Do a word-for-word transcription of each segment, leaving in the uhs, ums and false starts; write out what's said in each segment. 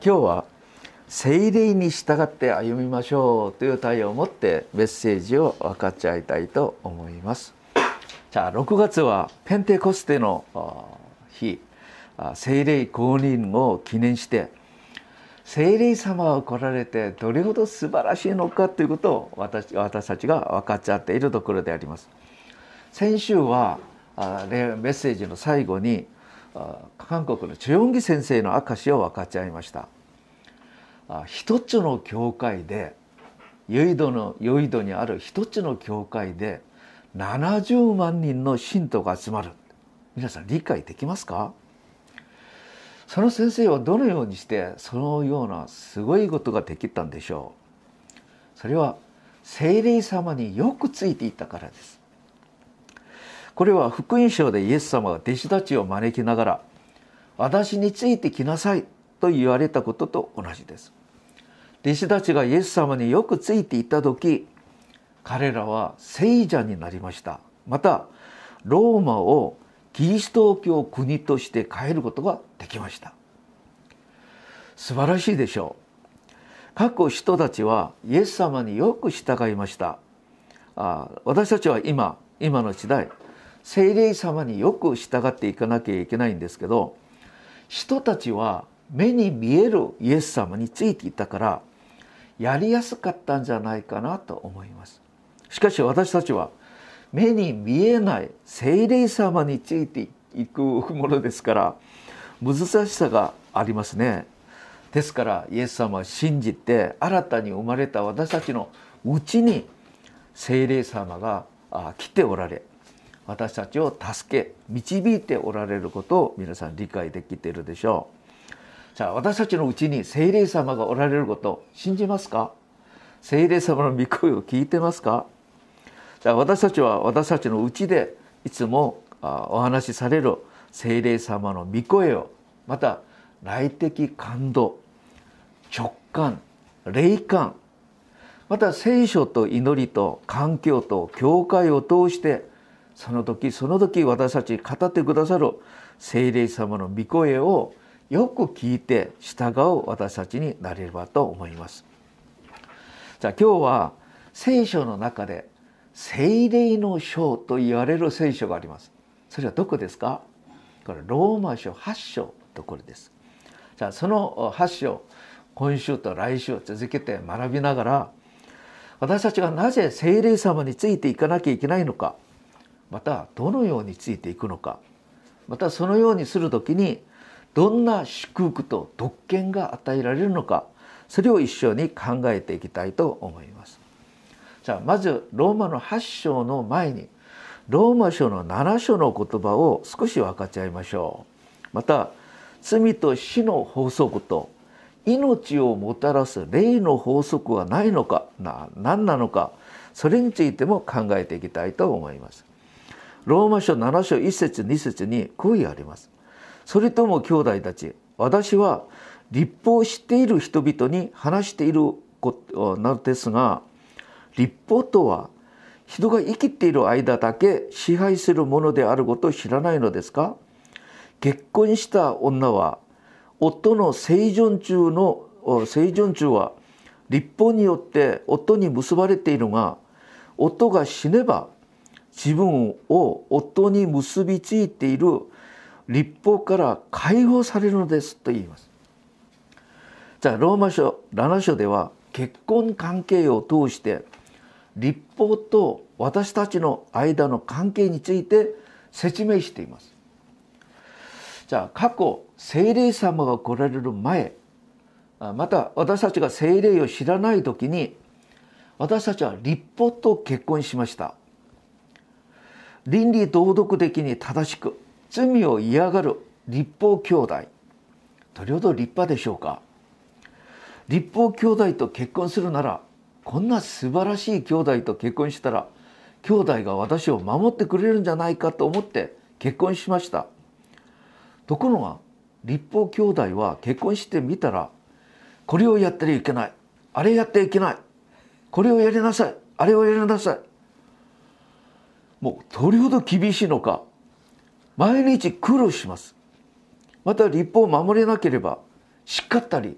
今日は聖霊に従って歩みましょうという題を持ってメッセージを分かち合いたいと思います。じゃあろくがつはペンテコステの日、聖霊降臨を記念して聖霊様が来られてどれほど素晴らしいのかということを 私, 私たちが分かち合っているところであります。先週はメッセージの最後に韓国のチョヨンギ先生の証を分かち合いました。一つの教会でヨイドのヨイドにある一つの教会でななじゅうまんにんの信徒が集まる。皆さん理解できますか？その先生はどのようにしてそのようなすごいことができたんでしょう。それは聖霊様によくついていたからです。これは福音書でイエス様が弟子たちを招きながら私についてきなさいと言われたことと同じです。弟子たちがイエス様によくついていた時、彼らは聖者になりました。またローマをキリスト教国として変えることができました。素晴らしいでしょう。各人たちはイエス様によく従いました。あ私たちは今今の時代聖霊様によく従っていかなきゃいけないんですけど、人たちは目に見えるイエス様についていたからやりやすかったんじゃないかなと思います。しかし私たちは目に見えない聖霊様についていくものですから難しさがありますね。ですからイエス様を信じて新たに生まれた私たちのうちに聖霊様が来ておられ、私たちを助け導いておられることを皆さん理解できているでしょう。じゃあ私たちのうちに聖霊様がおられることを信じますか？聖霊様の御声を聞いてますか？じゃあ私たちは私たちのうちでいつもお話しされる聖霊様の御声を、また内的感動、直感、霊感、また聖書と祈りと環境と教会を通してその時その時私たちに語ってくださる聖霊様の御声をよく聞いて従う私たちになれればと思います。じゃあ今日は聖書の中で聖霊の書と言われる聖書があります。それはどこですか？これローマ書はち章のところです。じゃあそのはち章、今週と来週続けて学びながら、私たちがなぜ聖霊様についていかなきゃいけないのか、またどのようについていくのか、またそのようにするときにどんな祝福と特権が与えられるのか、それを一緒に考えていきたいと思います。じゃあまずローマのはち章の前にローマ書のなな章の言葉を少し分かち合いましょう。また罪と死の法則と命をもたらす霊の法則はないのか、な何なのか、それについても考えていきたいと思います。ローマ書なな章いち節に節にこう言われます。それとも兄弟たち、私は律法を知っている人々に話していることなのですが、律法とは人が生きている間だけ支配するものであることを知らないのですか？結婚した女は夫の生存中の生存中は律法によって夫に結ばれているが、夫が死ねば自分を夫に結びついている律法から解放されるのですと言います。じゃあローマ書なな章では結婚関係を通して律法と私たちの間の関係について説明しています。じゃあ過去聖霊様が来られる前、また私たちが聖霊を知らない時に私たちは律法と結婚しました。倫理道徳的に正しく罪を嫌がる律法兄弟、どれほど立派でしょうか？律法兄弟と結婚するなら、こんな素晴らしい兄弟と結婚したら兄弟が私を守ってくれるんじゃないかと思って結婚しました。ところが律法兄弟は結婚してみたら、これをやってはいけない、あれやってはいけない、これをやりなさい、あれをやりなさい、もうどれほど厳しいのか、毎日苦労します。また律法を守れなければ叱ったり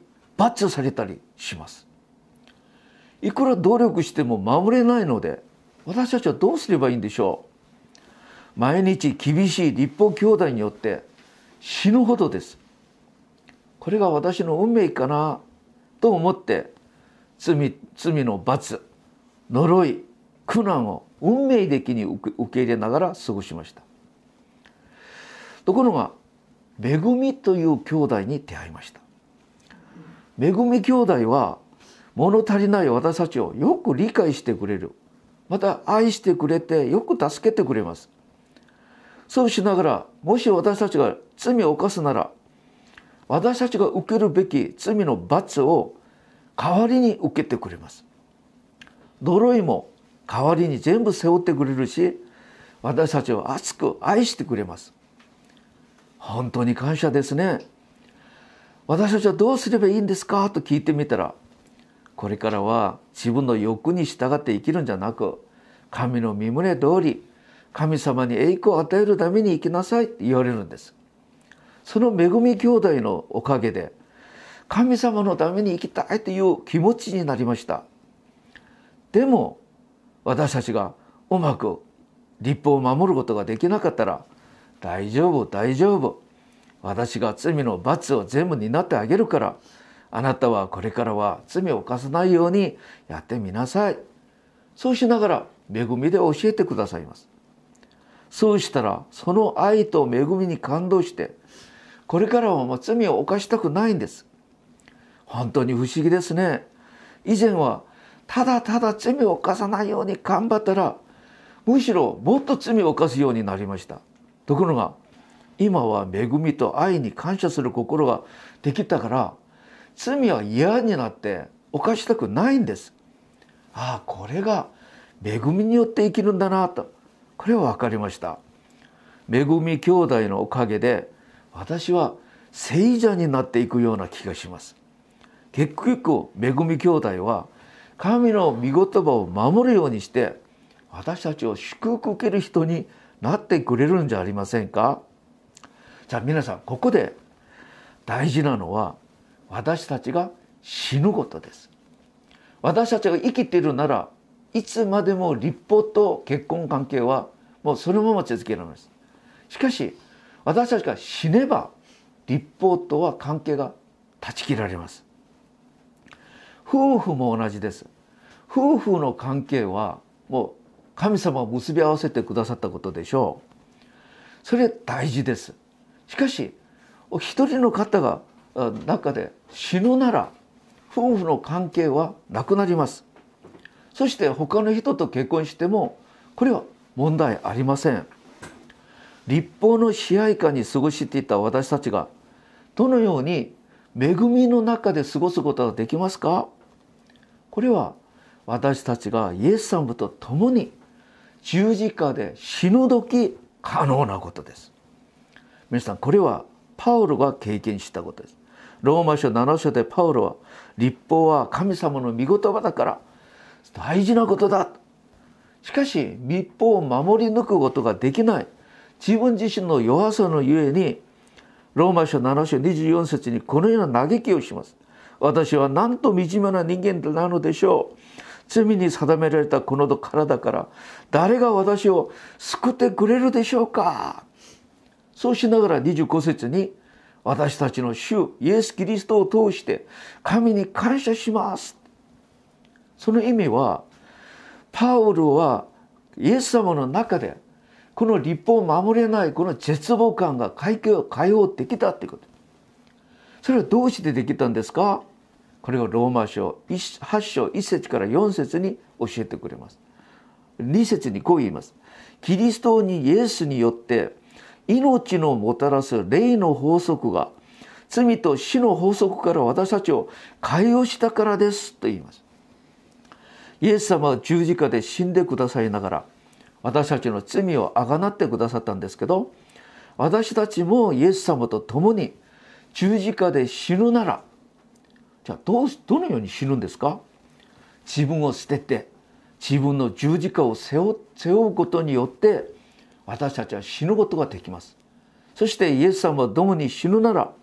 罰されたりします。いくら努力しても守れないので、私たちはどうすればいいんでしょう。毎日厳しい律法兄弟によって死ぬほどです。これが私の運命かなと思って罪、罪の罰、呪い、苦難を運命的に受け入れながら過ごしました。ところが恵みという兄弟に出会いました。恵み兄弟は物足りない私たちをよく理解してくれる。また愛してくれてよく助けてくれます。そうしながら、もし私たちが罪を犯すなら、私たちが受けるべき罪の罰を代わりに受けてくれます。呪いも代わりに全部背負ってくれるし、私たちを熱く愛してくれます。本当に感謝ですね。私たちはどうすればいいんですかと聞いてみたら、これからは自分の欲に従って生きるんじゃなく、神の御胸通り神様に栄光を与えるために生きなさいって言われるんです。その恵み兄弟のおかげで神様のために生きたいという気持ちになりました。でも私たちがうまく律法を守ることができなかったら、大丈夫大丈夫、私が罪の罰を全部担ってあげるから、あなたはこれからは罪を犯さないようにやってみなさい。そうしながら恵みで教えてくださいます。そうしたらその愛と恵みに感動して、これからはもう罪を犯したくないんです。本当に不思議ですね。以前はただただ罪を犯さないように頑張ったら、むしろもっと罪を犯すようになりました。ところが今は恵みと愛に感謝する心ができたから、罪は嫌になって犯したくないんです。ああ、これが恵みによって生きるんだなと、これは分かりました。恵み兄弟のおかげで私は聖者になっていくような気がします。結局恵み兄弟は神の御言葉を守るようにして、私たちを祝福受ける人になってくれるんじゃありませんか。じゃあ皆さん、ここで大事なのは私たちが死ぬことです。私たちが生きているなら、いつまでも律法と結婚関係はもうそのまま続けられます。しかし私たちが死ねば律法とは関係が断ち切られます。夫婦も同じです。夫婦の関係はもう神様を結び合わせてくださったことでしょう。それ大事です。しかし一人の方が中で死ぬなら、夫婦の関係はなくなります。そして他の人と結婚してもこれは問題ありません。律法の支配下に過ごしていた私たちがどのように恵みの中で過ごすことができますか。これは私たちがイエス様と共に十字架で死ぬ時可能なことです。皆さん、これはパウロが経験したことです。ローマ書なな章でパウロは、律法は神様の御言葉だから大事なことだ。しかし律法を守り抜くことができない自分自身の弱さのゆえに、ローマ書なな章にじゅうよん節にこのような嘆きをします。私はなんと惨めな人間なのでしょう。罪に定められたこの体から誰が私を救ってくれるでしょうか。そうしながらにじゅうご節に、私たちの主イエス・キリストを通して神に感謝します。その意味は、パウロはイエス様の中でこの律法を守れないこの絶望感が解放できたということ。それはどうしてできたんですか。これがローマ書はち章いち節からよん節に教えてくれます。に節にこう言います。キリストにイエスによって命のもたらす霊の法則が罪と死の法則から私たちを解放したからですと言います。イエス様は十字架で死んでくださいながら私たちの罪をあがなってくださったんですけど、私たちもイエス様と共に十字架で死ぬなら、じゃあどうどのように死ぬんですか。自分を捨てて自分の十字架を背負う、背負うことによって私たちは死ぬことができます。そしてイエス様は共に死ぬなら、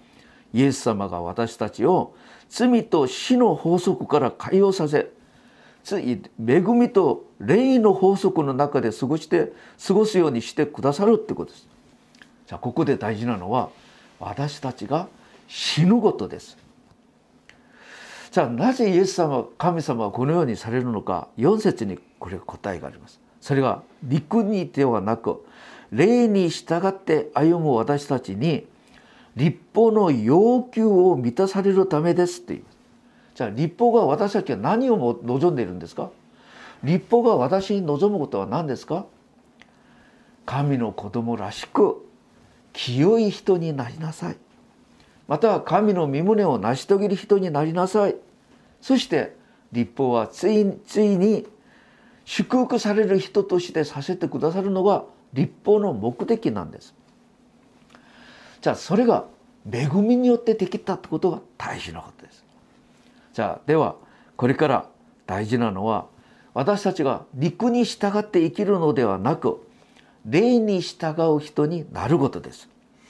イエス様が私たちを罪と死の法則から解放させ、恵みと霊の法則の中で過ごして過ごすようにしてくださるってことです。じゃあここで大事なのは、私たちが死ぬことです。じゃあなぜイエス様、神様はこのようにされるのか、よん節にこれ答えがあります。それは陸にではなく霊に従って歩む私たちに律法の要求を満たされるためですっていう。じゃあ律法が私たちは何を望んでいるんですか？律法が私に望むことは何ですか？神の子供らしく清い人になりなさい。または神の御胸を成し遂げる人になりなさい。そして律法はついついに祝福される人としてさせてくださるのが律法の目的なんです。じゃあそれが恵みによってできたってことが大事なことです。じゃあではこれから大事なのは、私たちが陸に従って生きるのではなく霊に従う人になることです。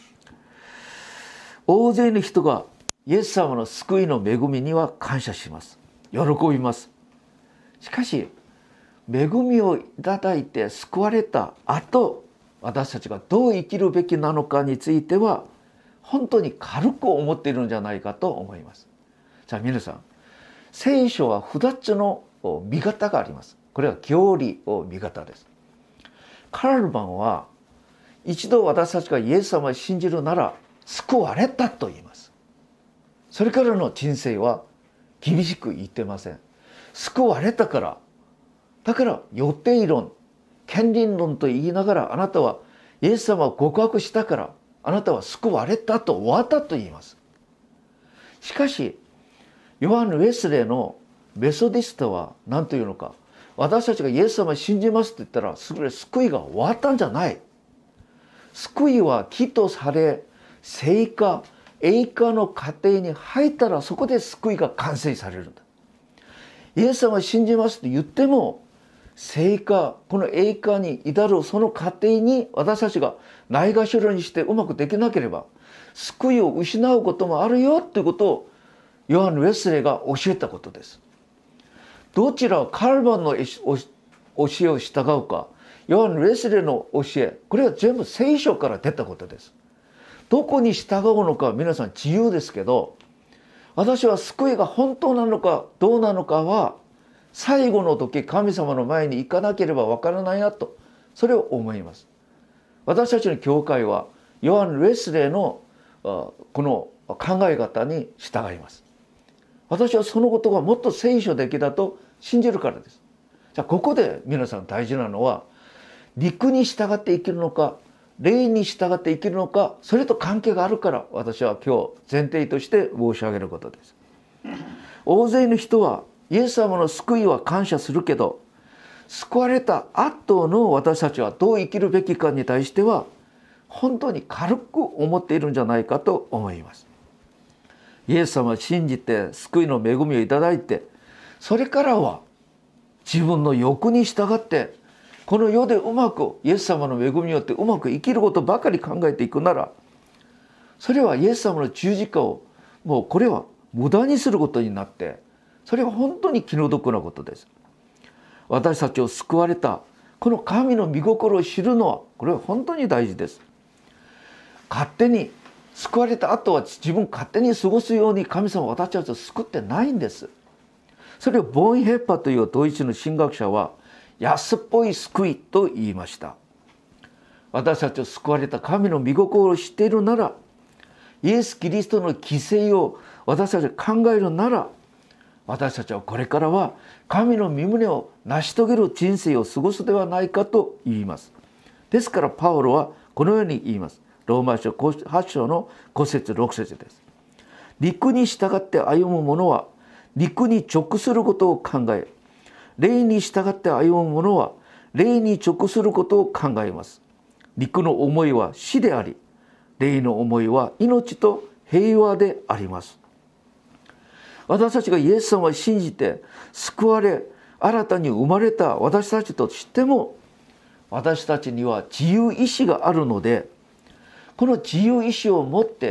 大勢の人がイエス様の救いの恵みには感謝します。喜びます。しかし恵みをいただいて救われた後、私たちがどう生きるべきなのかについては本当に軽く思っているんじゃないかと思います。じゃあ皆さん、聖書はふたつの見方があります。これは教理を見方です。カルバンは一度私たちがイエス様を信じるなら救われたと言います。それからの人生は厳しく言ってません。救われたから、だから予定論、権利論と言いながら、あなたはイエス様を告白したからあなたは救われたと終わったと言います。しかしヨハン・ウェスレーのメソディストは何というのか、私たちがイエス様を信じますと言ったらそれ救いが終わったんじゃない。救いは義とされ、聖化、栄華の過程に入ったらそこで救いが完成されるんだ。イエス様を信じますと言っても、聖化、この栄華に至るその過程に私たちがないがしろにしてうまくできなければ救いを失うこともあるよということをヨハン・ウェスレーが教えたことです。どちらカルバンの教えを従うか、ヨハン・ウェスレーの教え、これは全部聖書から出たことです。どこに従うのかは皆さん自由ですけど、私は救いが本当なのかどうなのかは最後の時神様の前に行かなければわからないなと、それを思います。私たちの教会はヨハン・ウェスレーのこの考え方に従います。私はそのことがもっと聖書的だと信じるからです。じゃあここで皆さん大事なのは、陸に従って生きるのか霊に従って生きるのか、それと関係があるから私は今日前提として申し上げることです。大勢の人はイエス様の救いは感謝するけど、救われた後の私たちはどう生きるべきかに対しては本当に軽く思っているんじゃないかと思います。イエス様を信じて救いの恵みをいただいて、それからは自分の欲に従ってこの世でうまくイエス様の恵みによってうまく生きることばかり考えていくなら、それはイエス様の十字架をもうこれは無駄にすることになって、それは本当に気の毒なことです。私たちを救われたこの神の御心を知るのはこれは本当に大事です。勝手に救われた後は自分勝手に過ごすように神様は私たちを救ってないんです。それをボンヘッパというドイツの神学者は安っぽい救いと言いました。私たちを救われた神の御心を知っているなら、イエス・キリストの犠牲を私たちが考えるなら、私たちはこれからは神の御胸を成し遂げる人生を過ごすではないかと言います。ですからパウロはこのように言います。ローマ書はち章のご節ろく節です。陸に従って歩む者は陸に直することを考え、霊に従って歩む者は霊に直することを考えます。陸の思いは死であり、霊の思いは命と平和であります。私たちがイエス様を信じて救われ、新たに生まれた私たちとしても、私たちには自由意志があるので、この自由意志を持って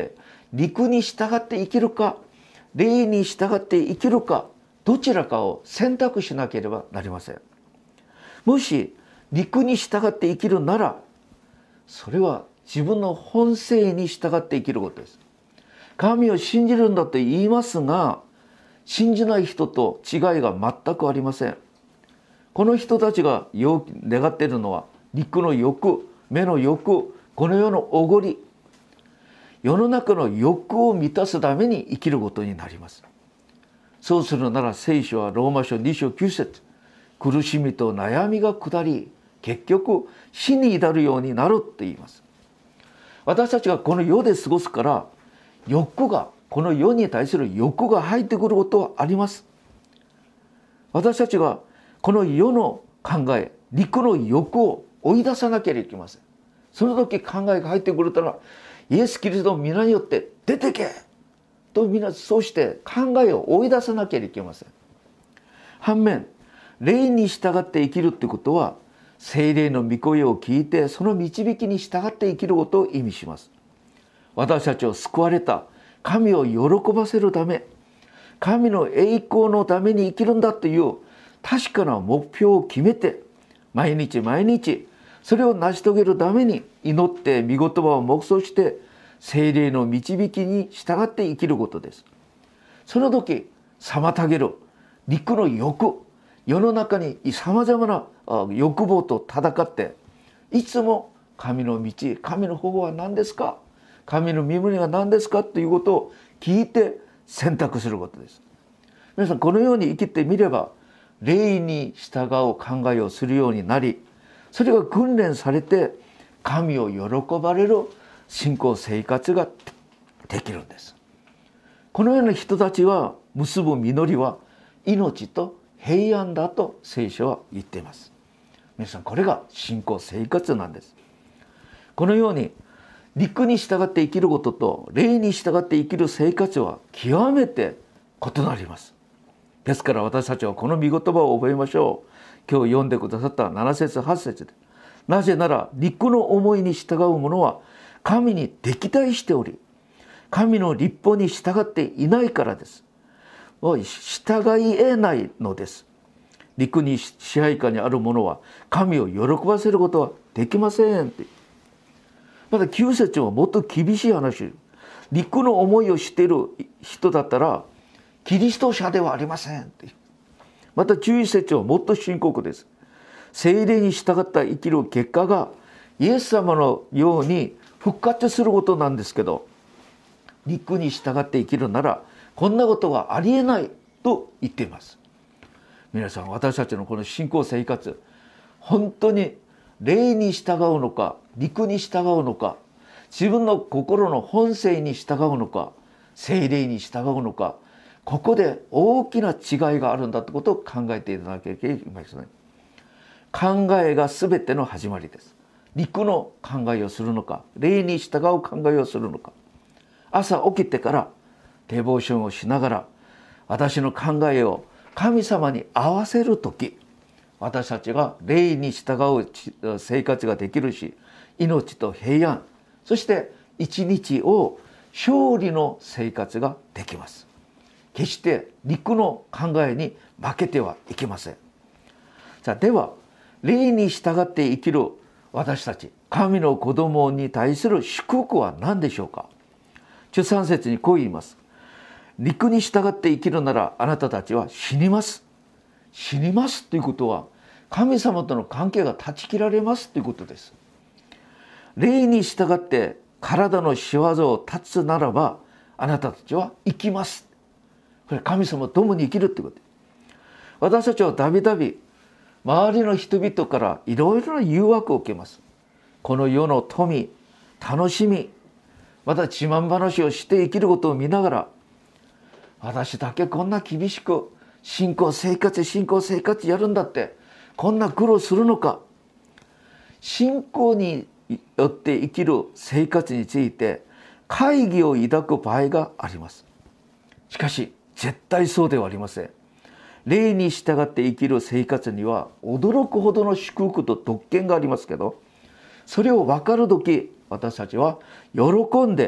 陸に従って生きるか、霊に従って生きるか、どちらかを選択しなければなりません。もし陸に従って生きるなら、それは自分の本性に従って生きることです。神を信じるんだと言いますが、信じない人と違いが全くありません。この人たちが願っているのは、陸の欲、目の欲、この世のおごり、世の中の欲を満たすために生きることになります。そうするなら聖書はローマ書に章きゅう節、苦しみと悩みが下り、結局死に至るようになるって言います。私たちがこの世で過ごすから、欲が、この世に対する欲が入ってくることはあります。私たちがこの世の考え、陸の欲を追い出さなければいけません。その時考えが入ってくるたら、イエス・キリストの皆によって出てけとみんなそうして考えを追い出さなければいけません。反面、霊に従って生きるってことは、聖霊の御声を聞いてその導きに従って生きることを意味します。私たちを救われた神を喜ばせるため、神の栄光のために生きるんだという確かな目標を決めて、毎日毎日それを成し遂げるために祈って御言葉を黙想して、聖霊の導きに従って生きることです。その時妨げる陸の欲、世の中にさまざまな欲望と戦って、いつも神の道、神の保護は何ですか、神の身振りは何ですかということを聞いて選択することです。皆さん、このように生きてみれば、霊に従う考えをするようになり、それが訓練されて神を喜ばれる信仰生活ができるんです。このような人たちは結ぶ実りは命と平安だと聖書は言っています。皆さん、これが信仰生活なんです。このように陸に従って生きることと霊に従って生きる生活は極めて異なります。ですから私たちはこの御言葉を覚えましょう。今日読んでくださったなな節はち節で、なぜなら陸の思いに従う者は神に敵対しており、神の律法に従っていないからです。従い得ないのです。陸に支配下にある者は神を喜ばせることはできませんって。またきゅう節はもっと厳しい話。陸の思いをしている人だったらキリスト者ではありませんって。またじゅういち節はもっと深刻です。聖霊に従った生きる結果がイエス様のように復活することなんですけど、陸に従って生きるならこんなことはありえないと言っています。皆さん、私たちのこの信仰生活、本当に霊に従うのか陸に従うのか、自分の心の本性に従うのか聖霊に従うのか、ここで大きな違いがあるんだということを考えていただければいけません。考えが全ての始まりです。陸の考えをするのか、霊に従う考えをするのか。朝起きてからデボーションをしながら、私の考えを神様に合わせるとき、私たちが霊に従う生活ができるし、命と平安、そして一日を勝利の生活ができます。決して陸の考えに負けてはいけません。さあ、では霊に従って生きる私たち、神の子供に対する祝福は何でしょうか。じゅうさん節にこう言います。陸に従って生きるならあなたたちは死にます。死にますということは神様との関係が断ち切られますということです。霊に従って体の仕業を断つならばあなたたちは生きます。これ神様と共に生きるということ。私たちはたびたび周りの人々からいろいろな誘惑を受けます。この世の富、楽しみ、また自慢話をして生きることを見ながら、私だけこんな厳しく信仰生活信仰生活やるんだってこんな苦労するのか。信仰によって生きる生活について懐疑を抱く場合があります。しかし絶対そうではありません。霊に従って生きる生活には驚くほどの祝福と特権がありますけど、それを分かるとき私たちは喜んで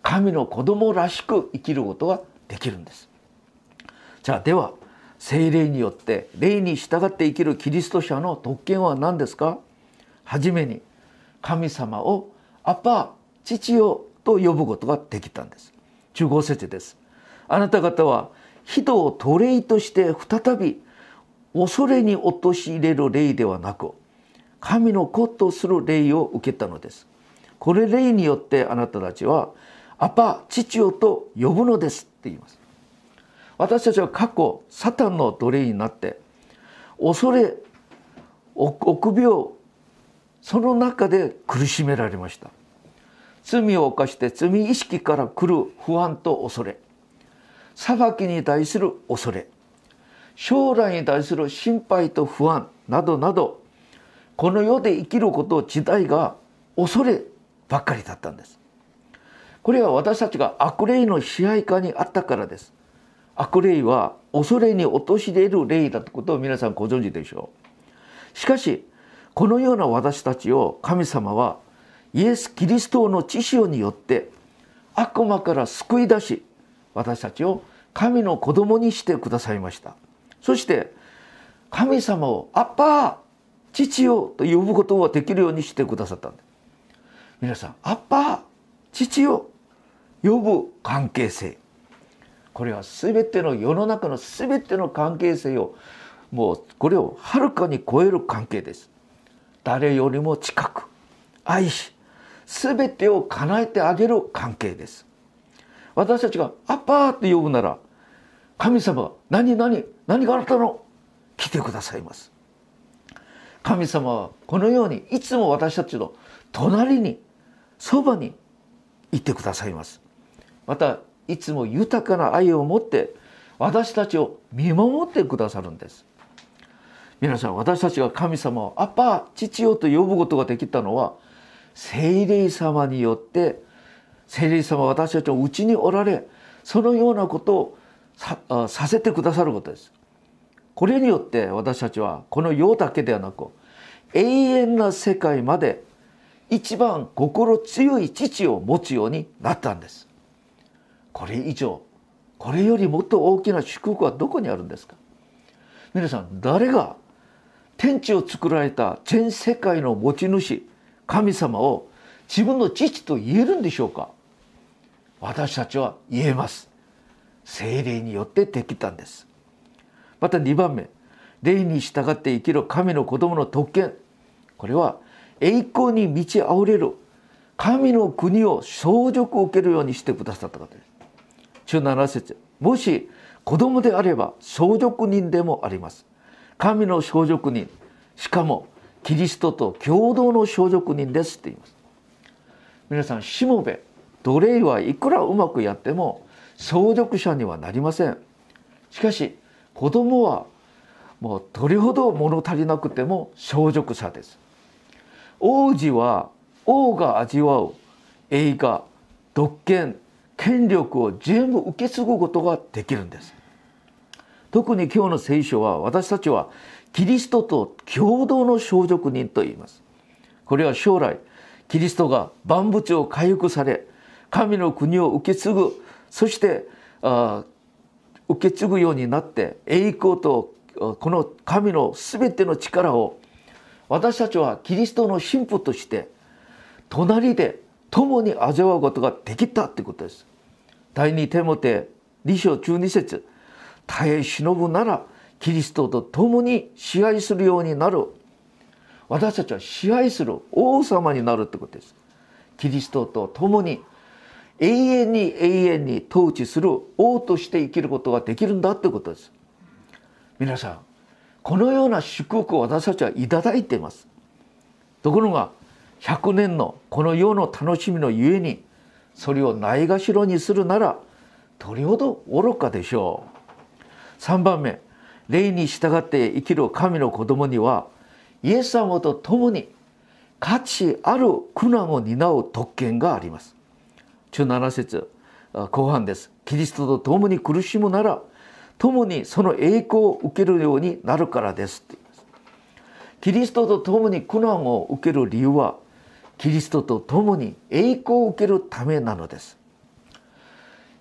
神の子供らしく生きることができるんです。じゃあでは聖霊によって霊に従って生きるキリスト者の特権は何ですか？はじめに神様をアパ父よと呼ぶことができたんです。じゅうご節です。あなた方は人を奴隷として再び恐れに陥れる霊ではなく、神の子とする霊を受けたのです。これ霊によってあなたたちはアパ父よと呼ぶのですって言います。私たちは過去サタンの奴隷になって恐れ臆病、その中で苦しめられました。罪を犯して罪意識から来る不安と恐れ、裁きに対する恐れ、将来に対する心配と不安などなど、この世で生きること自体が恐ればっかりだったんです。これは私たちが悪霊の支配下にあったからです。悪霊は恐れに陥れる霊だということを皆さんご存知でしょう。しかしこのような私たちを神様はイエス・キリストの血潮によって悪魔から救い出し、私たちを神の子供にしてくださいました。そして神様をアッパー父よと呼ぶことができるようにしてくださったんです。皆さん、アッパー父よ呼ぶ関係性、これは全ての世の中の全ての関係性をもうこれをはるかに超える関係です。誰よりも近く愛し、全てを叶えてあげる関係です。私たちがアッパーって呼ぶなら、神様が何何何があったの来てくださいます。神様はこのようにいつも私たちの隣にそばにいてくださいます。またいつも豊かな愛を持って私たちを見守ってくださるんです。皆さん、私たちが神様をアッパー父よと呼ぶことができたのは聖霊様によって、聖霊様は私たちのうちにおられ、そのようなことを さ, させてくださることです。これによって私たちはこの世だけではなく永遠な世界まで一番心強い父を持つようになったんです。これ以上、これよりもっと大きな祝福はどこにあるんですか？皆さん、誰が天地を作られた全世界の持ち主神様を自分の父と言えるんでしょうか？私たちは言えます。聖霊によってできたんです。またにばんめ、霊に従って生きる神の子供の特権、これは栄光に満ち溢れる神の国を相続を受けるようにしてくださった方です。じゅうなな節、もし子供であれば相続人でもあります。神の相続人、しかもキリストと共同の相続人ですって言います。皆さん、しもべ奴隷はいくらうまくやっても相続者にはなりません。しかし子供はもうどれほど物足りなくても相続者です。王子は王が味わう栄華、独権、権力を全部受け継ぐことができるんです。特に今日の聖書は、私たちはキリストと共同の相続人と言います。これは将来キリストが万物を回復され、神の国を受け継ぐ、そしてあ受け継ぐようになって栄光とこの神のすべての力を私たちはキリストの新婦として隣で共に味わうことができたということです。第二テモテに章じゅうに節、耐え忍ぶならキリストと共に支配するようになる。私たちは支配する王様になるということです。キリストと共に永遠に永遠に統治する王として生きることができるんだということです。皆さん、このような祝福を私たちはいただいています。ところがひゃくねんのこの世の楽しみのゆえにそれをないがしろにするならどれほど愚かでしょう。さんばんめ、霊に従って生きる神の子供にはイエス様と共に価値ある苦難を担う特権があります。じゅうなな節後半です。キリストと共に苦しむなら共にその栄光を受けるようになるからですって言います。キリストと共に苦難を受ける理由はキリストと共に栄光を受けるためなのです。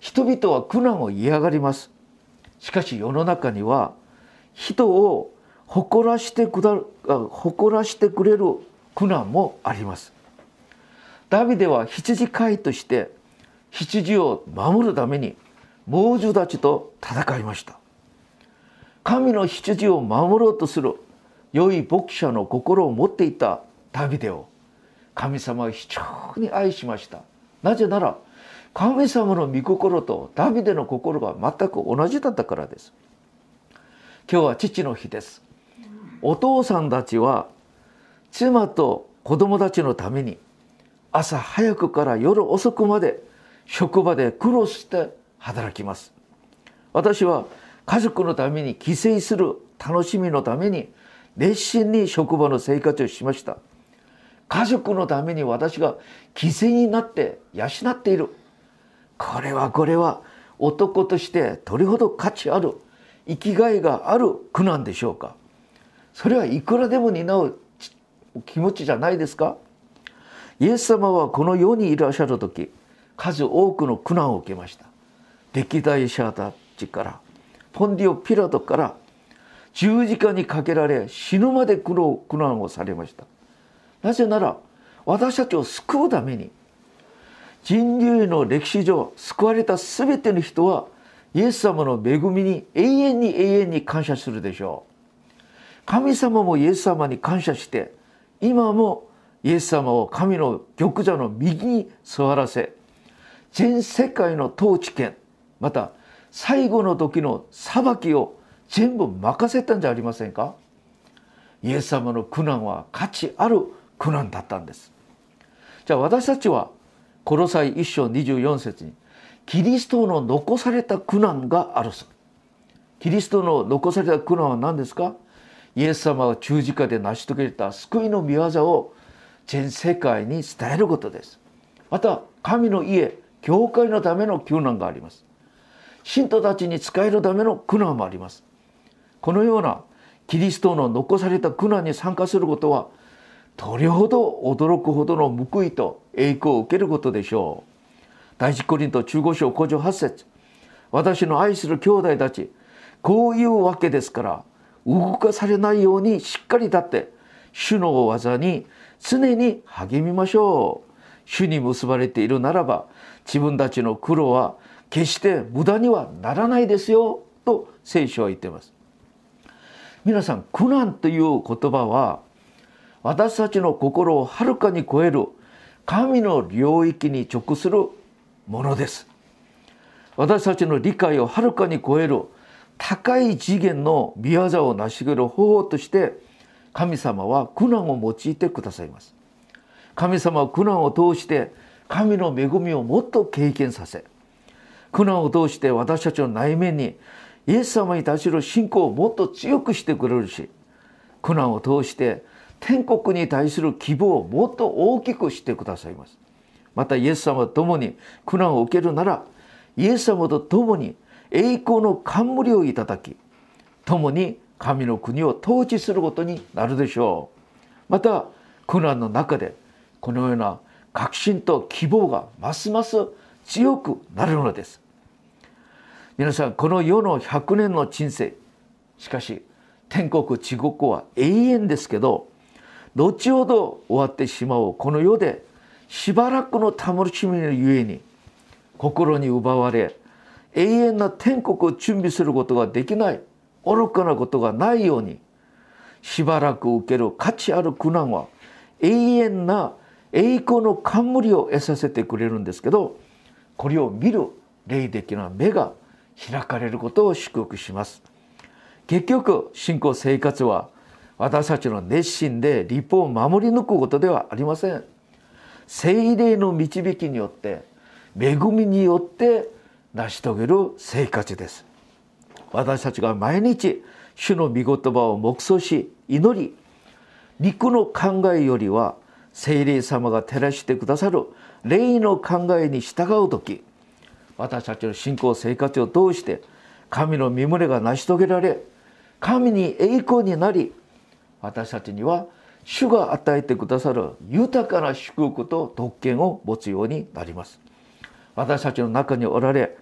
人々は苦難を嫌がります。しかし世の中には人を誇らしてくだ誇らしてくれる苦難もあります。ダビデは羊飼いとして羊を守るために猛獣たちと戦いました。神の羊を守ろうとする良い牧者の心を持っていたダビデを神様は非常に愛しました。なぜなら神様の御心とダビデの心が全く同じだったからです。今日は父の日です。お父さんたちは妻と子供たちのために朝早くから夜遅くまで職場で苦労して働きます。私は家族のために帰省する楽しみのために熱心に職場の生活をしました。家族のために私が犠牲になって養っている。これはこれは男としてどれほど価値ある生きがいがある苦難でしょうか。それはいくらでも担う気持ちじゃないですか。イエス様はこの世にいらっしゃる時、数多くの苦難を受けました。歴代者たちからポンディオ・ピラトから十字架にかけられ死ぬまで苦難をされました。なぜなら私たちを救うために、人類の歴史上救われたすべての人はイエス様の恵みに永遠に永遠に感謝するでしょう。神様もイエス様に感謝して、今もイエス様を神の玉座の右に座らせ、全世界の統治権、また最後の時の裁きを全部任せたんじゃありませんか。イエス様の苦難は価値ある苦難だったんです。じゃあ私たちはコロサイ一章にじゅうよん節にキリストの残された苦難がある。キリストの残された苦難は何ですか。イエス様が十字架で成し遂げた救いの御業を全世界に伝えることです。また神の家、教会のための苦難があります。信徒たちに仕えるための苦難もあります。このようなキリストの残された苦難に参加することは、どれほど驚くほどの報いと栄光を受けることでしょう。第一コリントじゅうご章ごじゅうはち節、私の愛する兄弟たち、こういうわけですから動かされないようにしっかり立って主の技に常に励みましょう。主に結ばれているならば自分たちの苦労は決して無駄にはならないですよと聖書は言っています。皆さん、苦難という言葉は私たちの心をはるかに超える神の領域に直するものです。私たちの理解をはるかに超える高い次元の御業を成し遂げる方法として神様は苦難を用いてくださいます。神様は苦難を通して神の恵みをもっと経験させ、苦難を通して私たちの内面にイエス様に対する信仰をもっと強くしてくれるし、苦難を通して天国に対する希望をもっと大きくしてくださいます。またイエス様と共に苦難を受けるなら、イエス様と共に栄光の冠をいただき、共に神の国を統治することになるでしょう。また苦難の中でこのような確信と希望がますます強くなるのです。皆さん、この世のひゃくねんの人生、しかし天国地獄は永遠ですけど、後ほど終わってしまうこの世でしばらくの楽しみのゆえに心に奪われ、永遠な天国を準備することができない、愚かなことがないように、しばらく受ける価値ある苦難は永遠な栄光の冠を得させてくれるんですけど、これを見る霊的な目が開かれることを祝福します。結局信仰生活は私たちの熱心で律法を守り抜くことではありません。聖霊の導きによって、恵みによって成し遂げる生活です。私たちが毎日主の御言葉を黙想し祈り、肉の考えよりは聖霊様が照らしてくださる霊の考えに従うとき、私たちの信仰生活を通して神の御胸が成し遂げられ、神に栄光になり、私たちには主が与えてくださる豊かな祝福と特権を持つようになります。私たちの中におられ、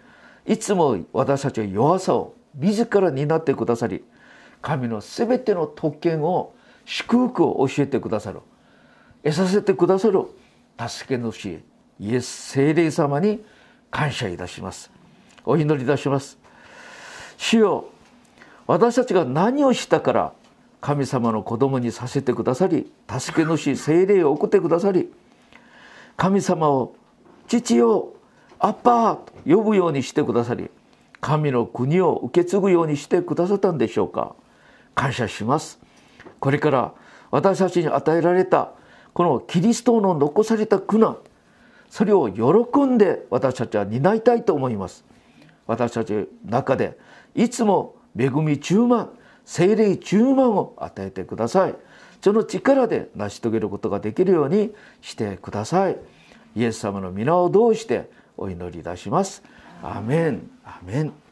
いつも私たちの弱さを自ら担ってくださり、神のすべての特権を祝福を教えてくださる、得させてくださる助け主イエス聖霊様に感謝いたします。お祈りいたします。主よ、私たちが何をしたから神様の子供にさせてくださり、助け主聖霊を送ってくださり、神様を父よアッパーと呼ぶようにしてくださり、神の国を受け継ぐようにしてくださったんでしょうか。感謝します。これから私たちに与えられたこのキリストの残された苦難、それを喜んで私たちは担いたいと思います。私たちの中でいつも恵み充満、聖霊充満を与えてください。その力で成し遂げることができるようにしてください。イエス様の皆を通してお祈りいたします。アーメン、アーメン。